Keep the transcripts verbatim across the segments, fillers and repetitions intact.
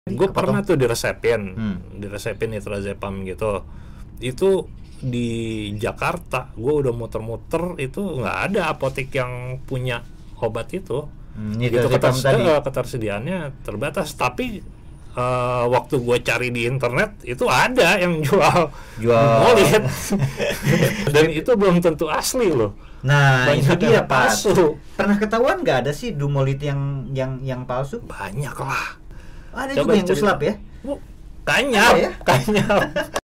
Gue pernah tuh diresepin, Hmm. diresepin nitrazepam gitu. Itu di Jakarta, gue udah muter-muter itu nggak ada apotek yang punya obat itu. Hmm, Gitu nitrazepam keters- tadi. eh, ketersediaannya terbatas. Tapi eh, waktu gue cari di internet itu ada yang jual Jual. Dumolit. Dan itu belum tentu asli loh. Nah, Banyak itu dia yang Pak. palsu. Pernah ketahuan nggak ada sih Dumolit yang yang yang palsu? Banyak lah. Ada Coba juga yang cerita. uslap ya? Bu, kanyap, Ada ya? kanyap.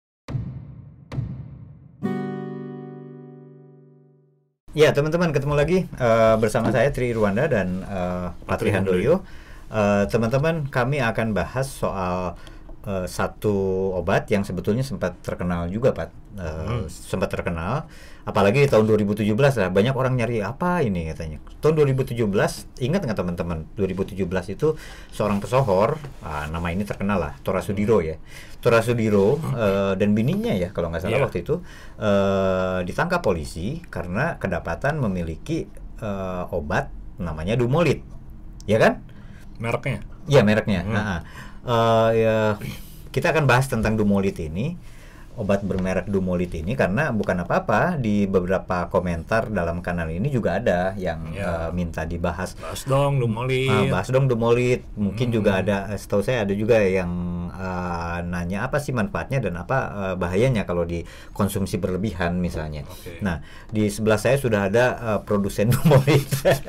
Ya teman-teman, ketemu lagi uh, bersama saya Tri Irwanda dan uh, Patri Handoyo. Uh, teman-teman, kami akan bahas soal uh, satu obat yang sebetulnya sempat terkenal juga, Pak. Uh, hmm. Sempat terkenal, apalagi di tahun dua ribu tujuh belas lah. Banyak orang nyari apa ini katanya. Tahun dua ribu tujuh belas, ingat nggak teman-teman? dua ribu tujuh belas itu seorang pesohor, uh, nama ini terkenal lah, Tora Sudiro ya. Tora Sudiro uh, dan bininya ya kalau nggak salah yeah. waktu itu uh, ditangkap polisi karena kedapatan memiliki uh, obat namanya Dumolit, ya kan? Mereknya? Iya mereknya. Hmm. Nah, uh, ya, kita akan bahas tentang Dumolit ini, obat bermerek Dumolit ini, karena bukan apa-apa, di beberapa komentar dalam kanal ini juga ada yang ya. uh, minta dibahas. Bahas dong Dumolit. Uh, bahas dong Dumolit. Mungkin hmm. juga ada, setahu saya ada juga yang uh, nanya apa sih manfaatnya dan apa uh, bahayanya kalau dikonsumsi berlebihan misalnya. Okay. Nah, di sebelah saya sudah ada uh, produsen Dumolit.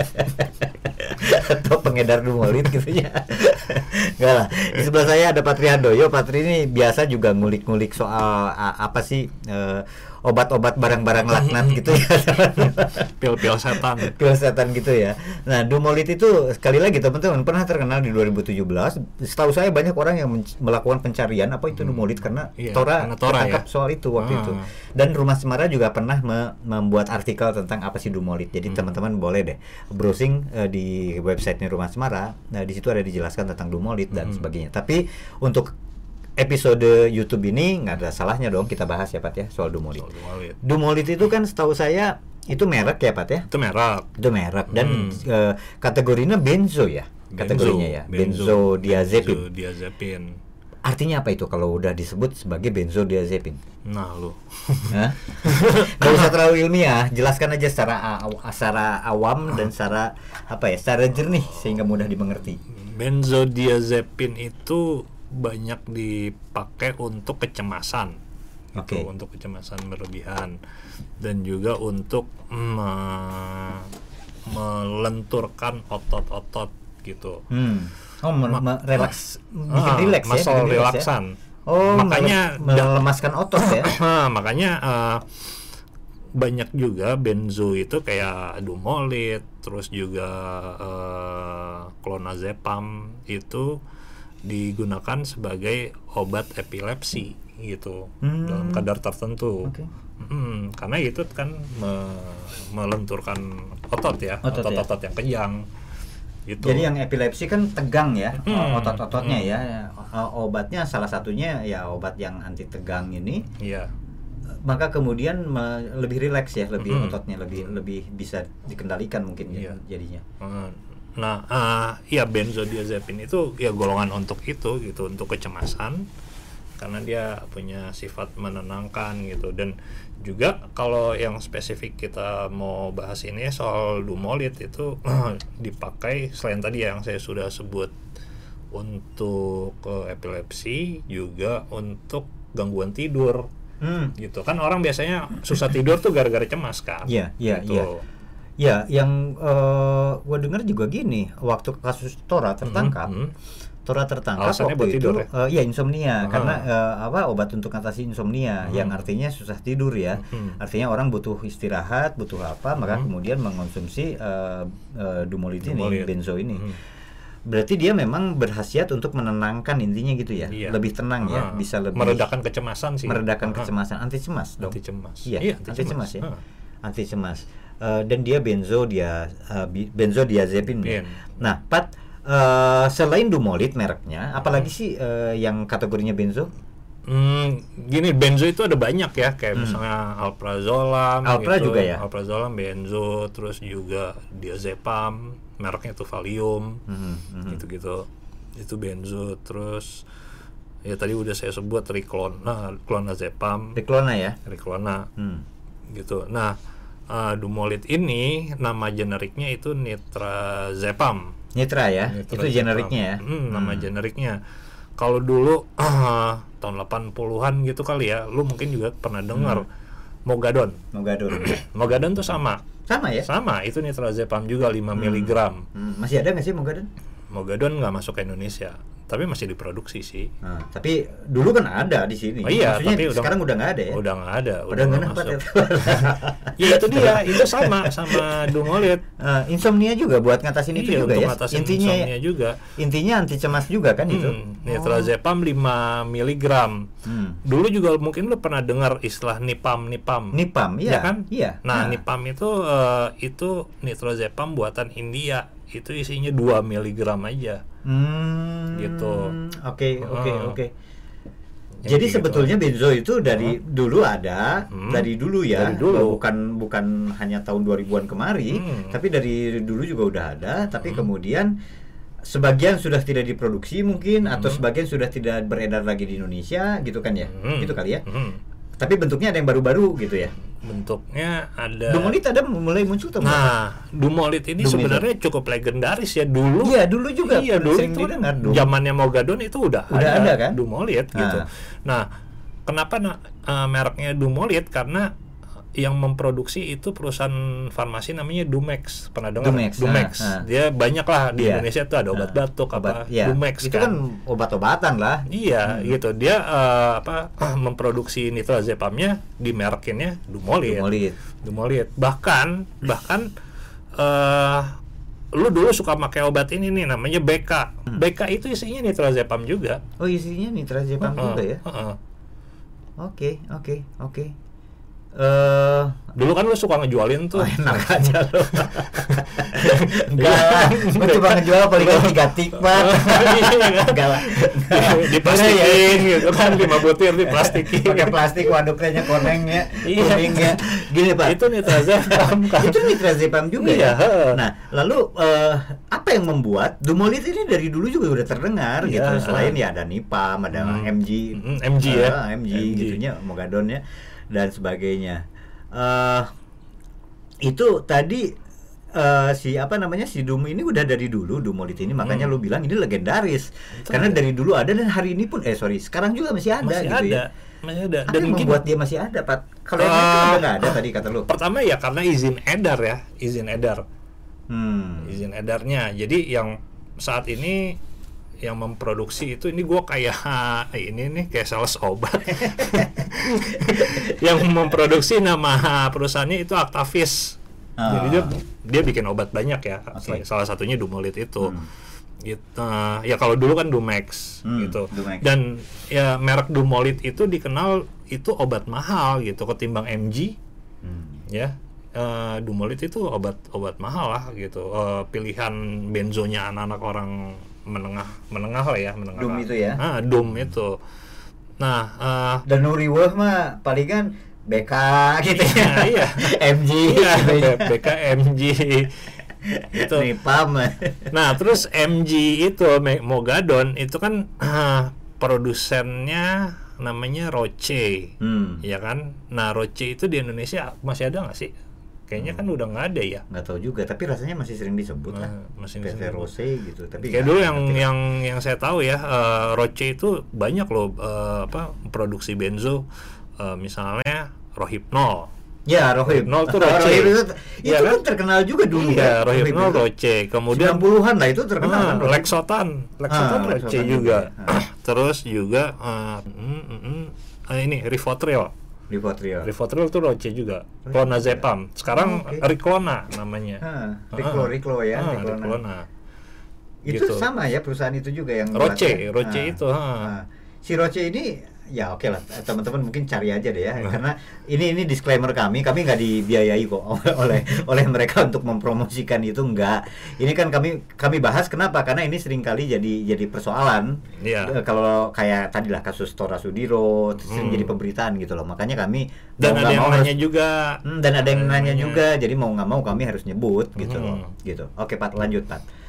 Atau pengedar Dumolit gitu ya. Enggak lah. Di sebelah saya ada Patri Handoyo. Patri ini biasa juga ngulik-ngulik soal a, apa sih uh, obat-obat barang-barang laknat gitu ya. Pil-pil setan. Pil setan gitu ya. Nah, Dumolit itu sekali lagi teman-teman pernah terkenal di dua ribu tujuh belas. Setahu saya banyak orang yang men- melakukan pencarian apa itu Dumolit karena iya, Tora, karena Tora tertangkap ya? soal itu waktu Ah. itu. Dan Rumah Cemara juga pernah me- membuat artikel tentang apa sih Dumolit. Jadi hmm. teman-teman boleh deh browsing uh, di websitenya Rumah Cemara. Nah, di situ ada dijelaskan tentang Dumolit dan hmm. sebagainya. Tapi untuk episode YouTube ini nggak ada salahnya dong kita bahas ya Pat ya soal Dumolit. Soal Dumolit. Dumolit itu kan setahu saya itu merek ya Pat ya? Itu merek. Itu merek dan Hmm. uh, kategorinya benzo ya? Kategorinya ya. Benzodiazepin. Benzodiazepin. Artinya apa itu kalau udah disebut sebagai benzodiazepin? Nah, lu. Hah? Nggak usah terlalu ilmiah, jelaskan aja secara a- secara awam dan secara apa ya? Secara jernih sehingga mudah dimengerti. Benzodiazepin itu banyak dipakai untuk kecemasan. Oke. Gitu, untuk kecemasan berlebihan dan juga untuk me- melenturkan otot-otot gitu. Hmm. Oh, me- me- relaks, bikin Ah, rileks ya, muscle bikin rileks relaksan. ya. Oh, makanya mele- melemaskan otot ya. makanya uh, banyak juga benzo itu kayak Dumolit, terus juga uh, clonazepam itu digunakan sebagai obat epilepsi gitu Hmm. dalam kadar tertentu. Oke. Hmm, karena itu kan me- melenturkan otot ya, Otot ya. otot-otot yang kejang. Gitu. Jadi yang epilepsi kan tegang ya, Hmm. otot-ototnya Hmm. ya. O- Obatnya salah satunya ya obat yang anti tegang ini. Iya. Maka kemudian me- lebih rileks ya, lebih Hmm. ototnya lebih lebih bisa dikendalikan mungkin ya, Iya. jadinya. Hmm. Nah, uh, ya benzodiazepin itu ya golongan untuk itu gitu, untuk kecemasan karena dia punya sifat menenangkan gitu. Dan juga kalau yang spesifik kita mau bahas ini soal Dumolit itu dipakai selain tadi yang saya sudah sebut untuk uh, epilepsi, juga untuk gangguan tidur. Hmm. Gitu kan, orang biasanya susah tidur tuh gara-gara cemas kan. Iya, iya, gitu. iya. Ya, yang uh, gue dengar juga gini, waktu kasus Tora tertangkap, Hmm, hmm. Tora tertangkap Alasannya waktu buat itu, tidur ya? uh, ya insomnia, Ah. karena uh, apa obat untuk atasi insomnia, Hmm. yang artinya susah tidur ya, Hmm. artinya orang butuh istirahat, butuh apa, maka Hmm. kemudian mengonsumsi uh, uh, Dumolit ini, Dumolit. benzo ini. Hmm. Berarti dia memang berkhasiat untuk menenangkan intinya gitu ya, Iya. lebih tenang ya, Ah, bisa lebih meredakan kecemasan sih. meredakan Ah, kecemasan, anti cemas dong. anti cemas. Iya, anti anti cemas ya. Ah. Anti cemas. Uh, dan dia benzo dia uh, bi- benzodiazepin. Ya. Ben. Nah, Pat, uh, selain Dumolit mereknya, apalagi sih uh, yang kategorinya benzo? Hmm, gini, benzo itu ada banyak ya, kayak Hmm. misalnya alprazolam, Alpra gitu. juga ya? Alprazolam, benzo, terus juga diazepam, mereknya itu Valium, Hmm, hmm. gitu-gitu. itu benzo. Terus ya tadi udah saya sebut Riklona, clonazepam, Riklona ya. Riklona, Hmm. gitu. Nah, uh, Dumolit ini nama generiknya itu nitrazepam. Nitra ya, Nitrazepam. itu generiknya ya. Hmm, nama generiknya. Kalau dulu uh, tahun delapan puluhan gitu kali ya, lu mungkin juga pernah dengar Hmm. Mogadon. Mogadon. Mogadon tuh sama. Sama ya? Sama, itu nitrazepam juga lima miligram. Hmm. Masih ada nggak sih Mogadon? Mogadon nggak masuk ke Indonesia, tapi masih diproduksi sih. Nah, tapi dulu kan ada di sini. Oh iya, Maksudnya tapi udah, sekarang udah nggak ada ya? Udah nggak ada. Udah nggak nggak dapat ya? Ya itu dia, itu sama sama Dumolit. Uh, insomnia juga buat ngatasin itu Iya, juga untuk ya. ngatasin Intinya insomnia juga. intinya anti cemas juga kan itu. Hmm, nitrazepam lima miligram. Hmm. Dulu juga mungkin lu pernah dengar istilah nipam nipam. Nipam, Ya iya kan? Iya. Nah, nipam itu uh, itu nitrazepam buatan India. Itu isinya dua miligram aja. Hmm, Gitu. Oke, oke, Uh. oke. Yang Jadi kayak sebetulnya gitu. benzo itu dari dulu ada, Hmm. dari dulu ya, Dari dulu. bukan bukan hanya tahun dua ribuan kemari, Hmm. tapi dari dulu juga udah ada, tapi kemudian sebagian sudah tidak diproduksi mungkin atau sebagian sudah tidak beredar lagi di Indonesia gitu kan ya. Hmm. Gitu kali ya. Hmm. Tapi bentuknya ada yang baru-baru gitu ya. Bentuknya ada. Dumolit ada mulai muncul atau belum? Nah, Dumolit ini Dumito. sebenarnya cukup legendaris ya dulu. Iya, dulu juga Iya, dulu sering itu didengar dulu. zamannya Mogadon itu udah, Udah ada kan? Dumolit Nah. gitu. Nah, kenapa na- uh, mereknya Dumolit? Karena yang memproduksi itu perusahaan farmasi namanya Dumex. Pernah dengar? Dumex, Dumex. nah, nah. Dia banyak lah di Iya. Indonesia tuh ada obat Nah, batuk apa ya. Dumex Itu kan obat-obatan lah. Iya, gitu. Dia uh, apa memproduksi nitrazepamnya dimerekinnya Dumolit. Dumolit. Dumolit. Bahkan bahkan eh lu dulu suka pakai obat ini nih namanya B K. B K itu isinya nitrazepam juga. Oh, isinya nitrazepam Heeh, juga ya. heeh. Oke, oke, oke. Eh, Dulu kan lu suka ngejualin tuh. oh, enak aja lo. Enggak, gue cuma ngejual paling nggak tiga tik pak. Enggak lah. Diplastikin gitu kan, lima butir diplastikin. Pakai plastik waduknya konengnya, Iya. kuningnya. Gini pak. Itu nitrazepam kan. Itu nitrazepam juga Iya, ya. heeh. Nah, lalu eh, apa yang membuat Dumolit ini dari dulu juga udah terdengar Iya, gitu. Selain heeh. ya ada Nipam, ada Hmm. M G, Hmm, M G ya. Ah, M G, M G. gitunya, Mogadonnya dan sebagainya. Eh itu tadi eh, si apa namanya si Dum ini udah dari dulu Dumolit ini, makanya Hmm. lu bilang ini legendaris. Betul. Karena dari dulu ada dan hari ini pun eh sorry sekarang juga masih ada Masih gitu ada. ya. Masih ada. Apa Dan yang mungkin membuat dia masih ada, Pak? Kalau yang lain kan Ah. udah nggak ada tadi kata lu. pertama ya karena izin edar ya, izin edar. Hmm. izin edarnya. Jadi yang saat ini yang memproduksi itu ini gue kayak ini nih kayak sales obat. Yang memproduksi nama perusahaannya itu Actavis. Ah. Jadi dia dia bikin obat banyak ya. Oke. Salah satunya Dumolit itu. Hmm. Gitu. Ya kalau dulu kan Dumex Hmm, gitu. Dumex. Dan ya merek Dumolit itu dikenal itu obat mahal gitu ketimbang M G Hmm. ya. Eh, Dumolit itu obat-obat mahal lah gitu. Eh, pilihan benzonya anak-anak orang menengah menengah lah ya, menengah. Dum itu ya? Ah, Dum itu. Nah, eh, Dan Nuri Wolf mah palingan B K gitu ya. Nah, iya. M G iya, gitu ya. B K M G itu. Nipam. Nah, terus M G itu Me- Mogadon itu kan ah, produsennya namanya Roche, Hmm. ya kan? Nah, Roche itu di Indonesia masih ada nggak sih? Kayaknya kan udah nggak ada ya. Nggak tahu juga, tapi rasanya masih sering disebut lah. Nah, masih P V disebut. Rose gitu, tapi Kayak nggak dulu yang ngerti. yang yang saya tahu ya, eh, Roche itu banyak loh eh, apa produksi benzo, eh, misalnya Rohypnol. Ya, Rohib. Rohypnol tuh Roche. Rohib itu, Iya itu kan? kan terkenal juga dulu Iya, ya. Rohypnol itu. Roche. Kemudian sembilan puluhan lah itu terkenal ah, kan. Rohib. Lexotan, Lexotan Ah, Roche Lexotan juga. juga. Ah. Terus juga eh, mm, mm, mm, eh, ini Rivotril. Rivotril. Rivotril tuh Roche juga. Roche Clonazepam. Sekarang Oh, oke. Riklona namanya. Ah, Riklo, Ah, Riklo ya, ah, Riklona. Riklona. Itu gitu. sama ya perusahaan itu juga yang Roche, buat- Roche Ah, itu, ha. ah. Si Roche ini ya oke lah teman-teman mungkin cari aja deh ya karena ini ini disclaimer kami kami nggak dibiayai kok oleh oleh mereka untuk mempromosikan itu enggak. Ini kan kami kami bahas kenapa karena ini seringkali jadi jadi persoalan. Iya. Eh, kalau kayak tadi lah kasus Tora Sudiro sering Hmm. jadi pemberitaan gitu loh, makanya kami Dan mau ada nggak yang mau nanya harus- juga. Hmm, dan ada yang Ada yang nanya nanya. juga, jadi mau nggak mau kami harus nyebut gitu Hmm. loh, gitu. Oke Pat, lanjut Pat.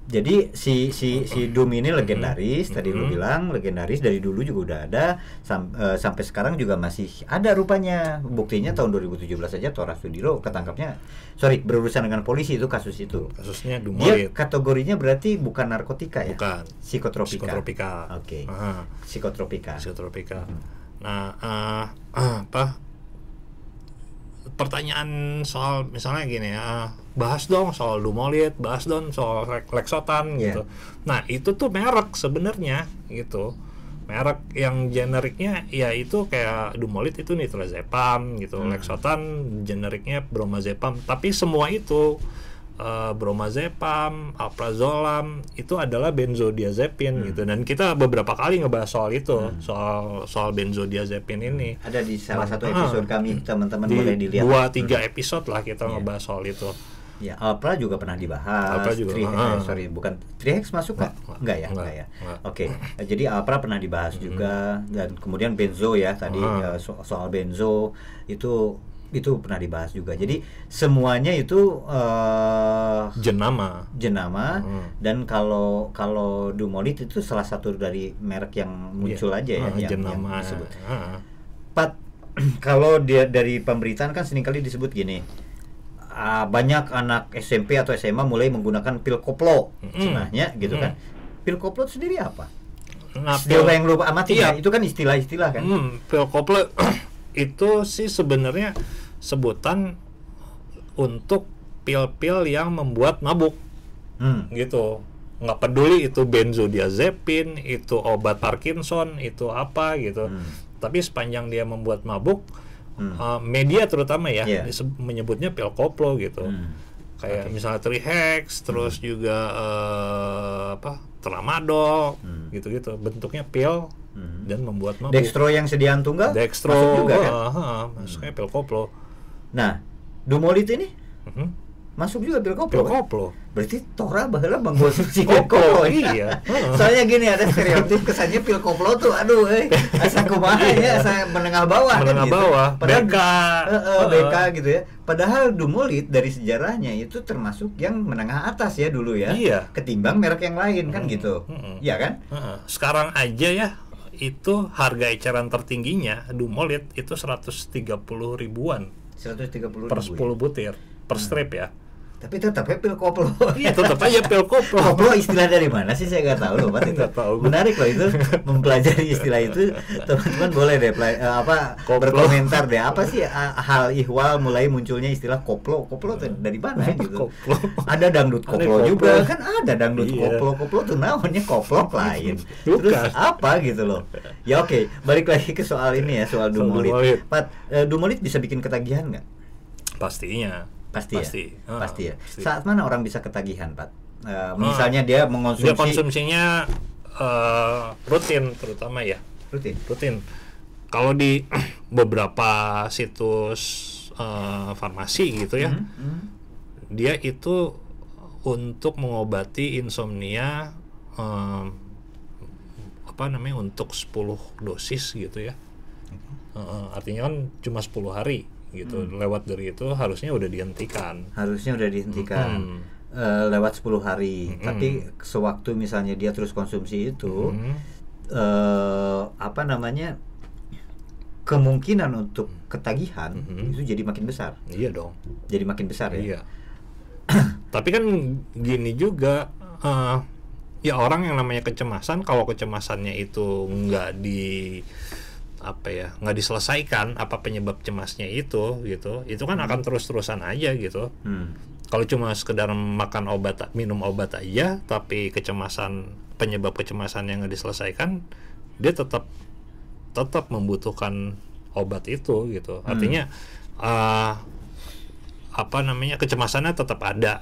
Jadi si si si Doom ini legendaris, Mm-hmm. tadi lu bilang legendaris dari dulu juga udah ada, sam, uh, sampai sekarang juga masih ada rupanya. Buktinya tahun dua ribu tujuh belas saja Tora Sudiro ketangkapnya, sorry berurusan dengan polisi itu kasus itu. Kasusnya Dia Dumolit. kategorinya berarti bukan narkotika ya? Bukan. Psikotropika. Psikotropika. Oke. Aha. Psikotropika. Psikotropika. Nah, uh, uh, apa? Pertanyaan soal misalnya gini ya, bahas dong soal Dumolit, bahas dong soal Lexotan Yeah. gitu. Nah, itu tuh merek sebenarnya gitu. Merek yang generiknya ya itu kayak Dumolit itu nitrazepam gitu, Hmm. Lexotan generiknya bromazepam, tapi semua itu uh, bromazepam, alprazolam itu adalah benzodiazepin Hmm. gitu. Dan kita beberapa kali ngebahas soal itu, Hmm. soal soal benzodiazepin ini. Ada di salah satu Ah. episode kami, teman-teman Di boleh dilihat. dua tiga episode lah kita Iya. ngebahas soal itu. Ya, Alpra juga pernah dibahas. Alpra juga, Tri- ah. eh, sorry, bukan Trihex masuk nggak? Nggak, Enggak ya, nggak, enggak ya. nggak. Oke, eh, jadi Alpra pernah dibahas juga, dan kemudian benzo ya tadi, Ah. eh, so- soal benzo itu itu pernah dibahas juga. Jadi semuanya itu eh, Jenama. jenama, Hmm. dan kalau kalau Dumolit itu salah satu dari merek yang muncul Iya. aja ya, Ah, yang, yang jenama. disebut. Ah. Pat, kalau dia dari pemberitaan kan seringkali disebut gini, ah, banyak anak S M P atau S M A mulai menggunakan pil koplo, Mm-mm. cenahnya gitu Mm. kan. Pil koplo itu sendiri apa? Nah, Dia pil, yang lu amati Iya. ya, itu kan istilah-istilah kan. hmm, pil koplo itu sih sebenarnya sebutan untuk pil-pil yang membuat mabuk Hmm. gitu. Nggak peduli itu benzodiazepin, itu obat Parkinson, itu apa gitu. Hmm. Tapi sepanjang dia membuat mabuk, Hmm. uh, media terutama ya Iya. diseb- menyebutnya pil koplo gitu. Hmm. Kayak misalnya Trihex, terus juga eh, apa Tramadol, Hmm. gitu-gitu. Bentuknya pil Hmm. dan membuat mabuk. Dextro yang sediaan tunggal Dextro, masuk juga kan. ah, ah, masuknya pil koplo. Nah, Dumolit ini Mhm. masuk juga pil koplo. Pil kan? koplo. Berarti Tora baheula mengkonsumsi pil Koplo, koplo. iya. Heeh. Soalnya gini, ada stereotip kesannya pil koplo tuh aduh eh asa kumaha ya, asa menengah bawah Menengah kan gitu. bawah, Padahal B K. eh, eh, Heeh. B K gitu ya. Padahal Dumolit dari sejarahnya itu termasuk yang menengah atas ya dulu ya. Iya. Ketimbang merek yang lain kan Hmm, gitu. hmm. Iya kan? Heeh. Sekarang aja ya itu harga eceran tertingginya Dumolit itu seratus tiga puluh ribuan seratus tiga puluh per ribu. sepuluh butir per strip ya. Tapi tetap ya pil koplo. Iya, tetap aja pil koplo. Koplo istilah dari mana sih, saya nggak tahu loh, Pak. Itu Nggak tahu. menarik loh itu, mempelajari istilah itu. Teman-teman boleh deh pla- eh, apa Koplo. berkomentar deh, apa sih ah, hal ihwal mulai munculnya istilah koplo. Koplo tuh dari mana gitu. Koplo. Ada dangdut Ada koplo koplo. juga kan, ada dangdut Iya. koplo. Koplo tuh namanya koplo lain. Bukan. Terus apa gitu loh. Ya oke, balik lagi ke soal ini ya, soal Soal Dumolit. Dumolit. Pat, eh, Dumolit bisa bikin ketagihan nggak? Pastinya. Pasti, Pasti. ya. Ah, Pasti ya. pasti. Saat mana orang bisa ketagihan, Pat? Eh, misalnya dia mengonsumsi Dia konsumsinya eh, rutin terutama ya. rutin. Rutin. Kalau di beberapa situs eh, farmasi gitu ya, Hmm, hmm. dia itu untuk mengobati insomnia eh, apa namanya untuk sepuluh dosis gitu ya. Eh, artinya kan cuma sepuluh hari gitu. Lewat dari itu harusnya udah dihentikan. Harusnya udah dihentikan Hmm. eh, lewat sepuluh hari. Mm-mm. Tapi sewaktu misalnya dia terus konsumsi itu, Hmm. eh, apa namanya, kemungkinan untuk ketagihan Mhm. itu jadi makin besar. Iya dong. Jadi makin besar ya. Iya. Tapi kan gini juga, eh, ya orang yang namanya kecemasan, kalau kecemasannya itu nggak di apa ya, nggak diselesaikan apa penyebab cemasnya itu gitu, itu kan akan terus-terusan aja gitu. Hmm. Kalau cuma sekedar makan obat, minum obat aja, tapi kecemasan penyebab kecemasan yang nggak diselesaikan, dia tetap tetap membutuhkan obat itu gitu. Artinya eh, apa namanya, kecemasannya tetap ada,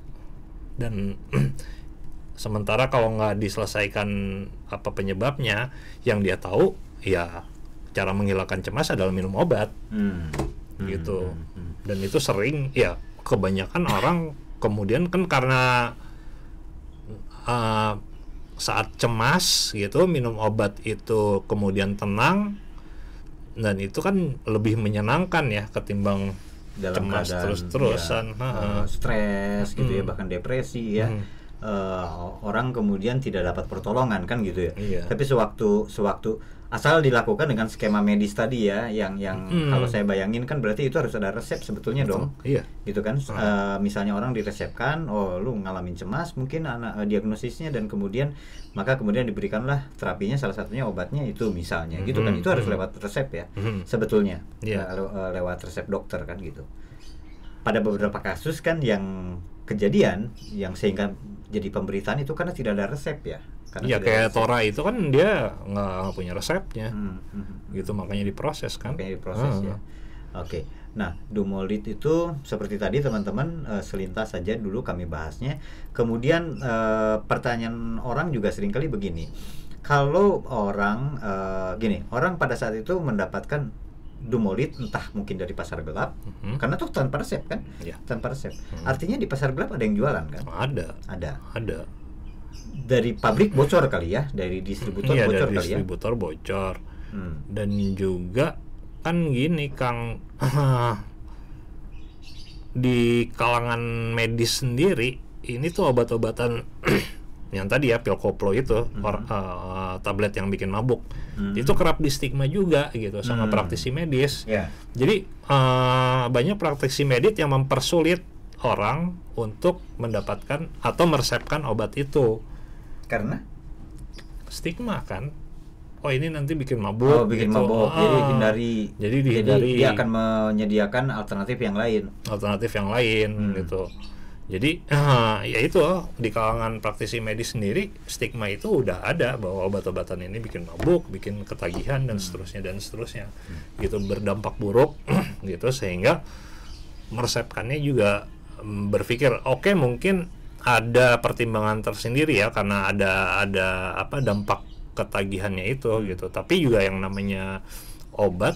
dan sementara kalau nggak diselesaikan apa penyebabnya, yang dia tahu ya cara menghilangkan cemas adalah minum obat. Hmm. Hmm, Gitu. hmm, hmm. Dan itu sering ya, kebanyakan orang kemudian kan karena uh, saat cemas gitu minum obat itu kemudian tenang, dan itu kan lebih menyenangkan ya ketimbang Dalam cemas keadaan terus-terusan. ya, Heeh. eh, stres gitu ya, Hmm. bahkan depresi ya. Hmm. uh, orang kemudian tidak dapat pertolongan kan gitu ya. Iya. Tapi sewaktu sewaktu asal dilakukan dengan skema medis tadi ya, yang yang hmm. kalau saya bayangin kan berarti itu harus ada resep sebetulnya. Betul. Dong. Iya. Gitu kan. Hmm. Uh, misalnya orang diresepkan, oh lu ngalamin cemas, mungkin anak uh, diagnosisnya, dan kemudian maka kemudian diberikanlah terapinya, salah satunya obatnya itu misalnya, hmm. gitu kan. Itu harus lewat resep ya. Hmm. Sebetulnya. Yeah. Uh, lewat resep dokter kan gitu. Pada beberapa kasus kan yang kejadian yang sehingga jadi pemberitaan itu karena tidak ada resep ya. Iya, kayak Tora itu kan dia nggak punya resepnya, hmm, hmm, gitu makanya diproses kan. Makanya diproses hmm. ya. Oke, nah Dumolit itu seperti tadi teman-teman uh, selintas saja dulu kami bahasnya. Kemudian uh, pertanyaan orang juga seringkali begini, kalau orang uh, gini, orang pada saat itu mendapatkan Dumolit entah mungkin dari pasar gelap, mm-hmm. karena tuh tanpa resep kan, yeah. tanpa resep. Mm-hmm. Artinya di pasar gelap ada yang jualan kan? Ada, ada, ada. Dari pabrik bocor kali ya, dari distributor iya, bocor dari kali distributor ya. bocor. Hmm. Dan juga kan gini Kang, di kalangan medis sendiri ini tuh obat-obatan yang tadi ya pil koplo itu, hmm. or, uh, tablet yang bikin mabuk, hmm. itu kerap di stigma juga gitu sama hmm. praktisi medis. Yeah. Jadi uh, banyak praktisi medis yang mempersulit orang untuk mendapatkan atau meresepkan obat itu. Karena stigma kan, oh ini nanti bikin mabuk. Oh, bikin gitu. mabuk. Ah, jadi hindari. Jadi dihindari. Jadi dia akan menyediakan alternatif yang lain. Alternatif yang lain hmm. gitu. Jadi uh, ya itu di kalangan praktisi medis sendiri stigma itu udah ada bahwa obat-obatan ini bikin mabuk, bikin ketagihan dan seterusnya dan seterusnya. Hmm. Gitu berdampak buruk gitu sehingga meresepkannya juga um, berpikir oke okay, mungkin ada pertimbangan tersendiri ya karena ada ada apa dampak ketagihannya itu hmm. gitu. Tapi juga yang namanya obat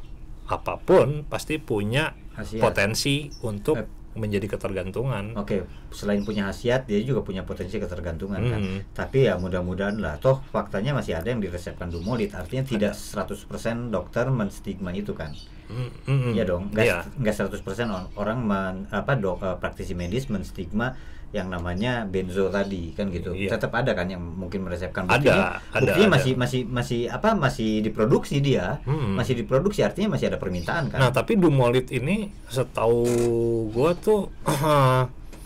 apapun pasti punya khasiat. Potensi untuk eh. menjadi ketergantungan. Oke, selain punya khasiat dia juga punya potensi ketergantungan hmm. kan. Tapi ya mudah-mudahan lah toh faktanya masih ada yang diresepkan Dumolit, artinya ada. Tidak seratus persen dokter menstigma itu kan. Mm-hmm. Ya dong, enggak yeah. enggak seratus persen orang men, apa dok uh, praktisi medis menstigma yang namanya benzo tadi kan gitu. Yeah. Tetap ada kan yang mungkin meresepkan buktinya. Ada, buktinya ada, masih ada. masih masih apa masih diproduksi dia. Hmm. Masih diproduksi artinya masih ada permintaan kan. Nah, tapi Dumolit ini setahu gua tuh uh,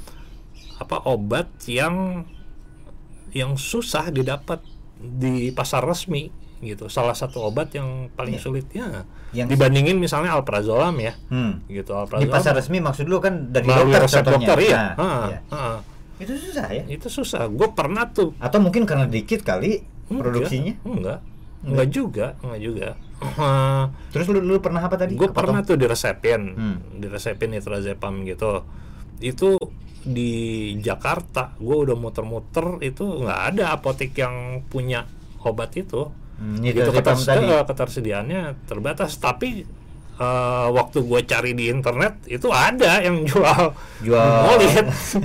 apa obat yang yang susah didapat di pasar resmi gitu. Salah satu obat yang paling yeah. sulit ya. Yang dibandingin misalnya alprazolam ya. Hmm. Gitu alprazolam. Di pasar resmi maksud lu kan dari melalui dokter resep contohnya. Dokter iya. Nah, ha, iya. Ha. Itu susah ya? Itu susah. Gue pernah tuh. Atau mungkin karena dikit kali enggak, produksinya? Enggak. Enggak juga, enggak juga. Terus lu, lu pernah apa tadi? Gue apa pernah toh? tuh diresepin. Hmm. Diresepin nitrazepam gitu. Itu di Jakarta gue udah muter-muter itu nggak ada apotek yang punya obat itu. Hmm, gitu keters- tadi. Ketersediaannya terbatas, tapi uh, waktu gue cari di internet itu ada yang jual jual Dumolit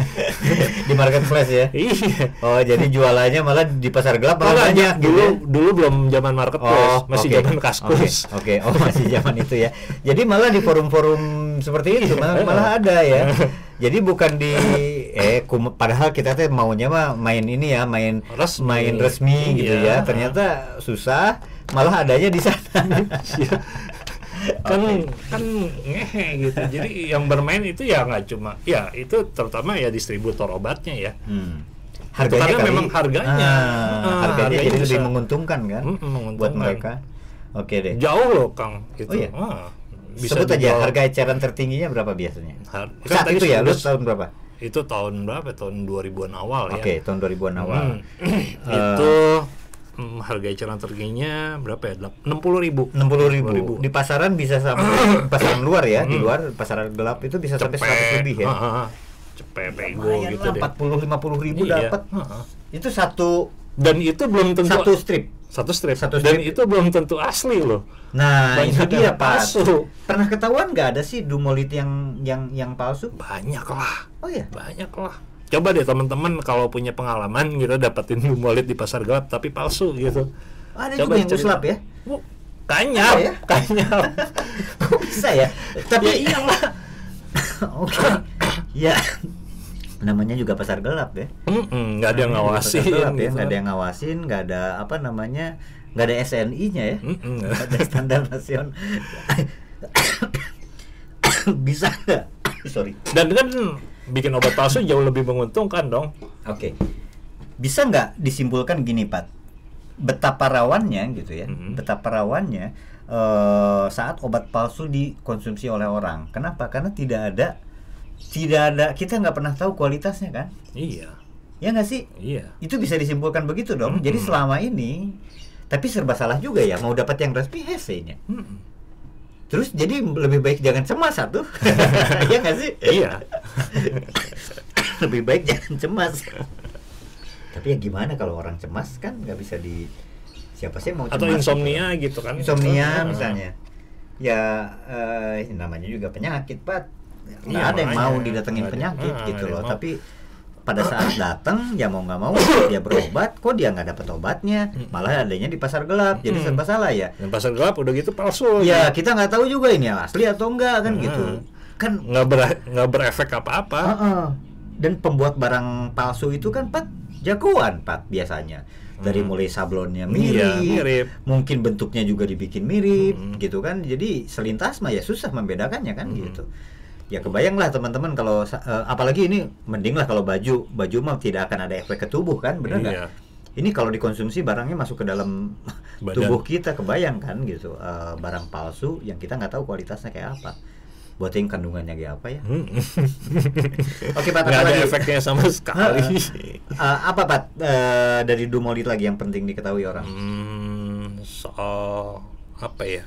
di marketplace ya. Iya. Oh jadi jualannya malah di pasar gelap malah banyak. Dulu gitu. dulu belum zaman marketplace, oh, masih okay. zaman Kaskus. Oke, okay. okay. Oh masih zaman itu ya. Jadi malah di forum-forum seperti itu malah, malah ada ya. Jadi bukan di eh kum, padahal kita tuh maunya mah main ini ya, main resmi. main resmi gitu ya. Ternyata susah, malah adanya di sana. kan okay. kan ngehe gitu. Jadi yang bermain itu ya nggak cuma ya itu terutama ya distributor obatnya ya. Hmm. Harganya kali, memang harganya, ah, ah, harganya, harganya jadi bisa, lebih menguntungkan kan mm, menguntungkan. buat mereka. Oke deh. Jauh loh Kang itu. Oh, iya? ah, bisa sebut aja harga eceran tertingginya berapa biasanya? Har- Saat kan itu ya, lu tahun berapa? Itu tahun berapa? Tahun dua ribuan awal ya. Oke, okay, tahun dua ribuan awal. Hmm. Itu hmm, harga eceran tertingginya berapa ya? enam puluh ribu. enam puluh ribu. Di pasaran bisa sampai pasaran luar ya, hmm. di luar pasaran gelap itu bisa Cepet. sampai seratus lebih ya. Uh, uh, uh. Cepet bego gitu deh. empat puluh sampai lima puluh ribu iya. dapat. Uh, uh. Itu satu dan itu belum tentu satu strip. Satu strip. Satu dan strip. itu belum tentu asli loh. Nah, banyak itu dia Pak. Palsu. Pernah ketahuan nggak ada sih Dumolit yang yang yang palsu? Banyak lah. Oh ya, banyak lah. Coba deh teman-teman kalau punya pengalaman gitu dapetin Dumolit di pasar gelap tapi palsu gitu. Ada coba juga yang uslap ya? Oh, kanyap, ya? Kanyap. Kok bisa ya? Tapi ya iyalah. Oke. Ya. namanya juga pasar gelap ya. Mm-mm, nggak ada yang ngawasin, gelap, ya, gitu. nggak ada yang ngawasin, nggak ada apa namanya, nggak ada S N I-nya ya, Mm-mm. nggak ada standar nasional. Bisa nggak? Sorry. Dan kan bikin obat palsu jauh lebih menguntungkan dong. Oke, bisa nggak disimpulkan gini, Pat? Betapa rawannya gitu ya, Mm-hmm. betapa rawannya uh, saat obat palsu dikonsumsi oleh orang. Kenapa? Karena tidak ada, tidak ada, kita nggak pernah tahu kualitasnya kan? Iya. Ya nggak sih? Iya. Itu bisa disimpulkan begitu dong. Mm-hmm. Jadi selama ini, tapi serba salah juga ya. Mau dapat yang resmi hese-nya. Mm-mm. Terus jadi lebih baik jangan cemas satu. Iya nggak sih? Iya. Lebih baik jangan cemas. Tapi ya gimana kalau orang cemas kan nggak bisa di, siapa sih yang mau cemas? Atau insomnia gitu kan? Insomnia Itu, misalnya. Ya eh, namanya juga penyakit, Pat. Nggak Iya, ada yang makanya. mau didatengin Nggak ada- penyakit ah, gitu nggak ada loh. yang mau. Tapi pada saat datang ya mau nggak mau dia berobat, kok dia nggak dapat obatnya, malah adanya di pasar gelap. Jadi serba salah ya. Dan pasar gelap udah gitu palsu. Ya kita nggak tahu juga ini asli atau enggak kan Hmm. gitu. Kan nggak ber nggak berefek apa-apa. uh-uh. Dan pembuat barang palsu itu kan, Pat, jagoan, Pat, biasanya. Dari Hmm. mulai sablonnya Iya, mirip, mirip. mungkin bentuknya juga dibikin mirip, Hmm. gitu kan. Jadi selintas mah ya susah membedakannya kan, Hmm. gitu. Ya kebayang lah teman-teman kalau uh, apalagi ini mending lah kalau baju, baju mah tidak akan ada efek ke tubuh kan, benar nggak? Iya. Ini kalau dikonsumsi barangnya masuk ke dalam Badan. tubuh kita, kebayang kan gitu, uh, barang palsu yang kita nggak tahu kualitasnya kayak apa, buat yang kandungannya kayak apa ya. Hmm. Oke, Pat, Nggak apa ada lagi? efeknya sama sekali. Uh, apa, Pat, uh, dari Dumolit lagi yang penting diketahui orang? Hmm, soal apa ya?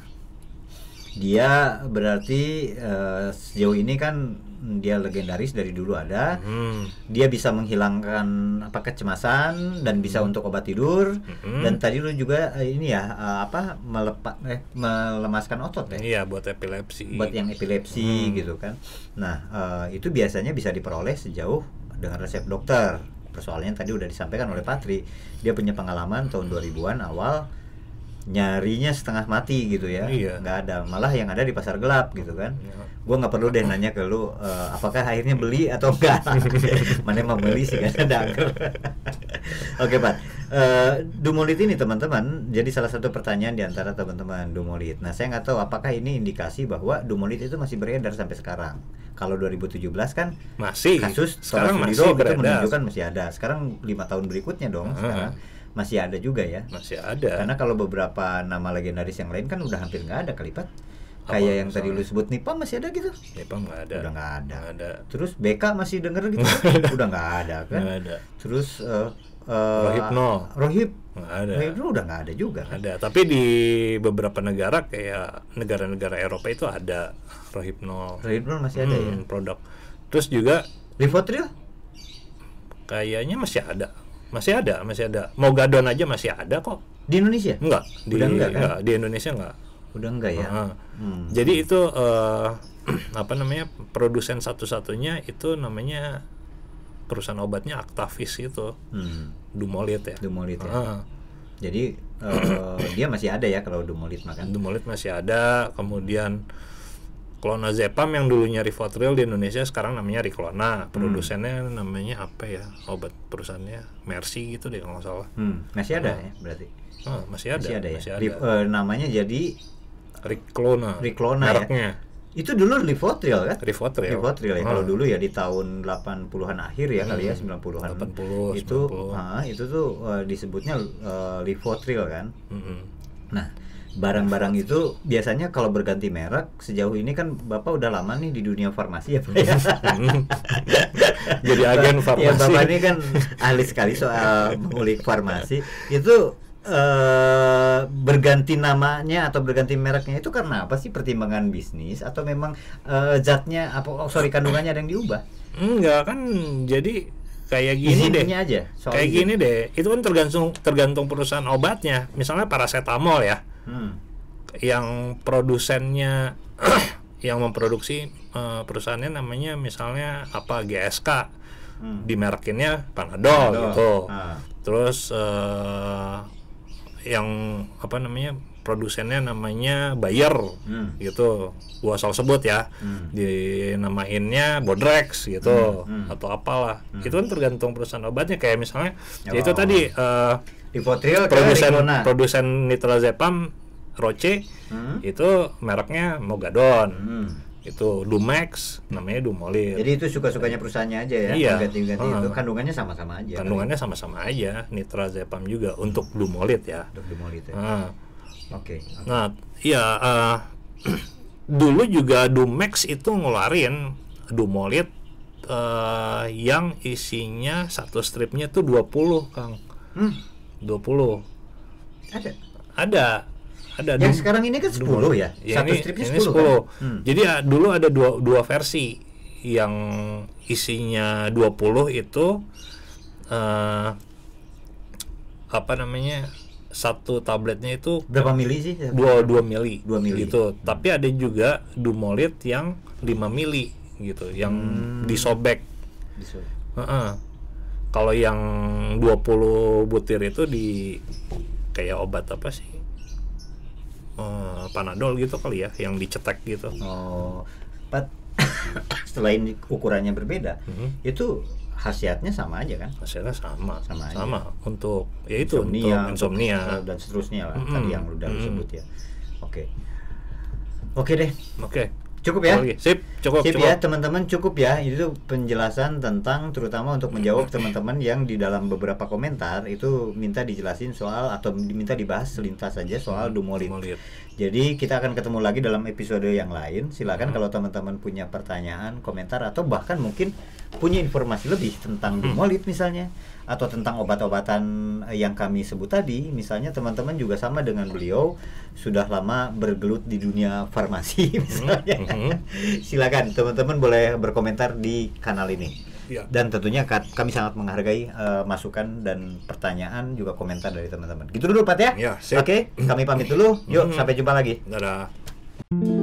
Dia berarti uh, sejauh ini kan dia legendaris, dari dulu ada. Hmm. Dia bisa menghilangkan apa kecemasan dan bisa untuk obat tidur. Hmm. Dan tadi lu juga uh, ini ya uh, apa melepa, eh, melemaskan otot ya. Iya, buat epilepsi. Buat yang epilepsi Hmm. gitu kan. Nah, uh, itu biasanya bisa diperoleh sejauh dengan resep dokter. Persoalannya tadi udah disampaikan oleh Patri. Dia punya pengalaman tahun dua ribuan awal nyarinya setengah mati gitu ya. Iya. Nggak ada, malah yang ada di pasar gelap gitu kan. Ya. Gua nggak perlu deh nanya ke lu uh, apakah akhirnya beli atau enggak. Mana mau beli sih kan ada. Oke, Pak. Uh, Dumolit ini teman-teman jadi salah satu pertanyaan di antara teman-teman Dumolit. Nah, saya nggak tahu apakah ini indikasi bahwa Dumolit itu masih beredar sampai sekarang. Kalau dua ribu tujuh belas kan Masih. kasus Sekarang Tora masih Sudiro itu beredar. menunjukkan masih ada. Sekarang lima tahun berikutnya dong, Uh-huh. sekarang masih ada juga ya. Masih ada. Karena kalau beberapa nama legendaris yang lain kan udah hampir nggak ada kali, Pat. Apa Kayak yang tadi misalnya? lu sebut Nipam masih ada gitu. Nepal nggak ada. Udah nggak ada. Nggak ada. Terus B K masih denger gitu. Udah nggak ada kan. Nggak ada. Terus uh, uh, Rohypnol. Rohip Nggak ada. Rohypnol udah nggak ada juga kan. Ada. Tapi di beberapa negara kayak negara-negara Eropa itu ada Rohypnol. Rohypnol masih ada ya. Hmm, produk. Terus juga Rivotril kayaknya masih ada. Masih ada, masih ada. Mogadon aja masih ada kok. di Indonesia? Enggak, di Udah enggak, kan? enggak, di Indonesia enggak. Udah enggak ya. Heeh. Hmm. Jadi itu eh, apa namanya? Produsen satu-satunya itu namanya perusahaan obatnya Actavis itu. Hmm. Dumolit ya. Dumolit ya. Heeh. Jadi uh, dia masih ada ya kalau Dumolit makan. Dumolit masih ada, kemudian Clonazepam yang dulunya Rivotril di Indonesia sekarang namanya Riklona. Produsennya namanya apa ya? Obat perusahaannya Mercy gitu deh kalau nggak salah. Hmm. Masih ada Oh. ya berarti. Ah, masih ada. Masih ada ya. Masih ada. Rif- eh, namanya jadi Riklona. Riklona ya. Mereknya. itu dulu Rivotril kan? Rivotril. Rivotril ya. Ah. Kalau dulu ya di tahun delapan puluhan akhir ya kali ya, sembilan puluhan. delapan puluh, Itu sembilan puluh. ah, itu tuh eh, disebutnya eh, Rivotril kan. Mm-mm. Nah, barang-barang itu biasanya kalau berganti merek sejauh ini kan Bapak udah lama nih di dunia farmasi ya Pak ya. Jadi agen farmasi. Ya Bapak ini kan ahli sekali soal mengulik farmasi. Itu eh, berganti namanya atau berganti mereknya itu karena apa sih? Pertimbangan bisnis atau memang eh, zatnya apa oh, sorry kandungannya ada yang diubah? Enggak kan, jadi kayak gini deh. Izinnya aja. soal Kayak izin. gini deh. Itu kan tergantung tergantung perusahaan obatnya. Misalnya paracetamol ya, Hmm. yang produsennya yang memproduksi eh, perusahaannya namanya misalnya apa G S K, Hmm. dimerkinnya Panadol, Panadol. gitu. Ah. Terus eh, yang apa namanya produsennya namanya Bayer hmm. gitu, gua asal sebut ya, hmm. dinamainnya Bodrex gitu, hmm. Hmm. atau apalah, hmm. itu kan tergantung perusahaan obatnya. Kayak misalnya, oh. itu tadi uh, Rivotril produsen produsen nitrazepam Roche, hmm. itu mereknya Mogadon, hmm. itu Dumex namanya Dumolit. Jadi itu suka-sukanya perusahaannya aja ya, iya. ganti-ganti uh. itu kandungannya sama-sama aja. Kandungannya kan? sama-sama aja, nitrazepam juga untuk Dumolit ya. Untuk Dumolit ya. Uh. Oke. Okay. Nah, iya uh, dulu juga Dumex itu ngeluarin Dumolit uh, yang isinya satu stripnya tuh dua puluh, Kang. Hmm. dua puluh. Ada. Ada. Ada. Yang sekarang ini kan sepuluh ya. Ya, satu ini, stripnya ini sepuluh. sepuluh. Kan? Hmm. Jadi uh, dulu ada dua dua versi yang isinya dua puluh itu uh, apa namanya? Satu tabletnya itu berapa mili sih? Dua dua mili. Dua mili. Gitu. Hmm. Tapi ada juga Dumolit yang lima mili gitu, yang hmm. disobek. Disobek. Uh-uh. Kalau yang dua puluh butir itu di kayak obat apa sih? Uh, Panadol gitu kali ya, yang dicetek gitu. Oh. But selain ukurannya berbeda, hmm. itu khasiatnya sama aja kan? Khasiatnya sama, sama, sama aja. Untuk ya itu insomnia, untuk insomnia untuk, dan seterusnya lah, mm-hmm. tadi yang udah mm-hmm. disebut ya. Oke, oke deh. Oke. Cukup ya? Sip, cukup. Sip cukup. ya teman-teman, cukup ya. Itu penjelasan tentang, terutama untuk menjawab teman-teman yang di dalam beberapa komentar itu minta dijelasin soal atau diminta dibahas selintas saja soal Dumolit. Dumolit. Jadi kita akan ketemu lagi dalam episode yang lain. Silakan hmm. kalau teman-teman punya pertanyaan, komentar, atau bahkan mungkin punya informasi lebih tentang Dumolit misalnya, atau tentang obat-obatan yang kami sebut tadi. Misalnya teman-teman juga sama dengan beliau, sudah lama bergelut di dunia farmasi misalnya. Hmm. Silakan teman-teman boleh berkomentar di kanal ini. Ya. Dan tentunya kami sangat menghargai uh, masukan dan pertanyaan juga komentar dari teman-teman. Gitu dulu Pat ya. Ya, oke, kami pamit dulu. Yuk, sampai jumpa lagi. Dadah.